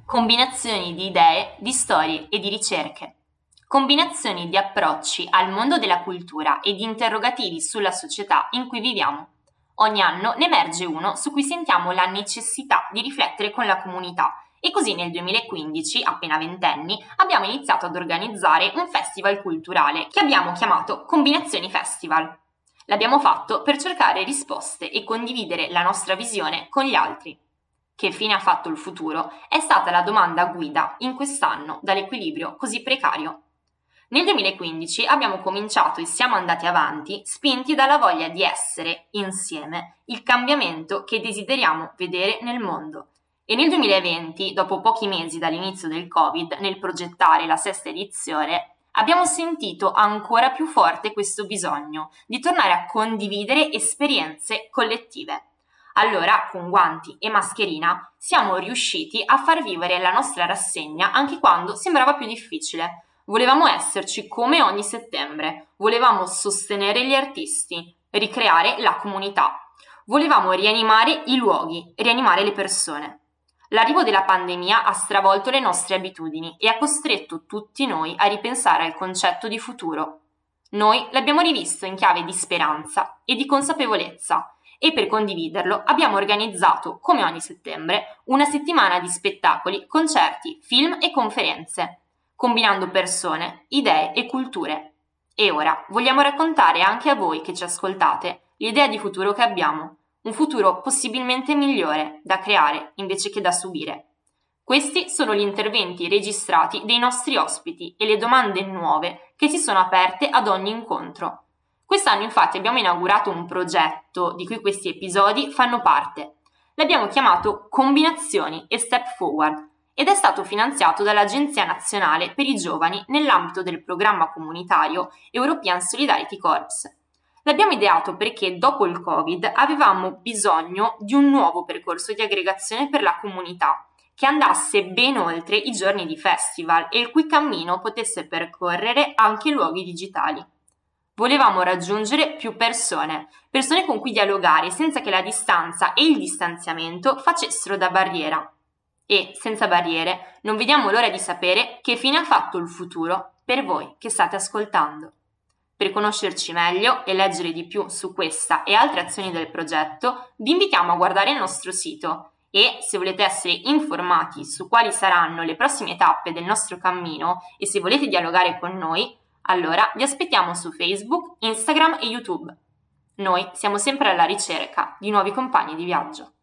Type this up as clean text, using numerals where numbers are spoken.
Combinazioni di idee, di storie e di ricerche. Combinazioni di approcci al mondo della cultura e di interrogativi sulla società in cui viviamo. Ogni anno ne emerge uno su cui sentiamo la necessità di riflettere con la comunità e così nel 2015, appena ventenni, abbiamo iniziato ad organizzare un festival culturale che abbiamo chiamato Combinazioni Festival. L'abbiamo fatto per cercare risposte e condividere la nostra visione con gli altri. Che fine ha fatto il futuro è stata la domanda guida in quest'anno dall'equilibrio così precario. Nel 2015 abbiamo cominciato e siamo andati avanti spinti dalla voglia di essere, insieme, il cambiamento che desideriamo vedere nel mondo. E nel 2020, dopo pochi mesi dall'inizio del Covid, nel progettare la sesta edizione, abbiamo sentito ancora più forte questo bisogno di tornare a condividere esperienze collettive. Allora, con guanti e mascherina, siamo riusciti a far vivere la nostra rassegna anche quando sembrava più difficile. Volevamo esserci come ogni settembre, volevamo sostenere gli artisti, ricreare la comunità, volevamo rianimare i luoghi, rianimare le persone. L'arrivo della pandemia ha stravolto le nostre abitudini e ha costretto tutti noi a ripensare al concetto di futuro. Noi l'abbiamo rivisto in chiave di speranza e di consapevolezza e per condividerlo abbiamo organizzato, come ogni settembre, una settimana di spettacoli, concerti, film e conferenze, combinando persone, idee e culture. E ora vogliamo raccontare anche a voi che ci ascoltate l'idea di futuro che abbiamo, un futuro possibilmente migliore da creare invece che da subire. Questi sono gli interventi registrati dei nostri ospiti e le domande nuove che si sono aperte ad ogni incontro. Quest'anno infatti abbiamo inaugurato un progetto di cui questi episodi fanno parte. L'abbiamo chiamato Combinazioni e Step Forward ed è stato finanziato dall'Agenzia Nazionale per i Giovani nell'ambito del programma comunitario European Solidarity Corps. L'abbiamo ideato perché dopo il Covid avevamo bisogno di un nuovo percorso di aggregazione per la comunità che andasse ben oltre i giorni di festival e il cui cammino potesse percorrere anche luoghi digitali. Volevamo raggiungere più persone con cui dialogare senza che la distanza e il distanziamento facessero da barriera. E, senza barriere, non vediamo l'ora di sapere che fine ha fatto il futuro per voi che state ascoltando. Per conoscerci meglio e leggere di più su questa e altre azioni del progetto, vi invitiamo a guardare il nostro sito e, se volete essere informati su quali saranno le prossime tappe del nostro cammino e se volete dialogare con noi, allora vi aspettiamo su Facebook, Instagram e YouTube. Noi siamo sempre alla ricerca di nuovi compagni di viaggio.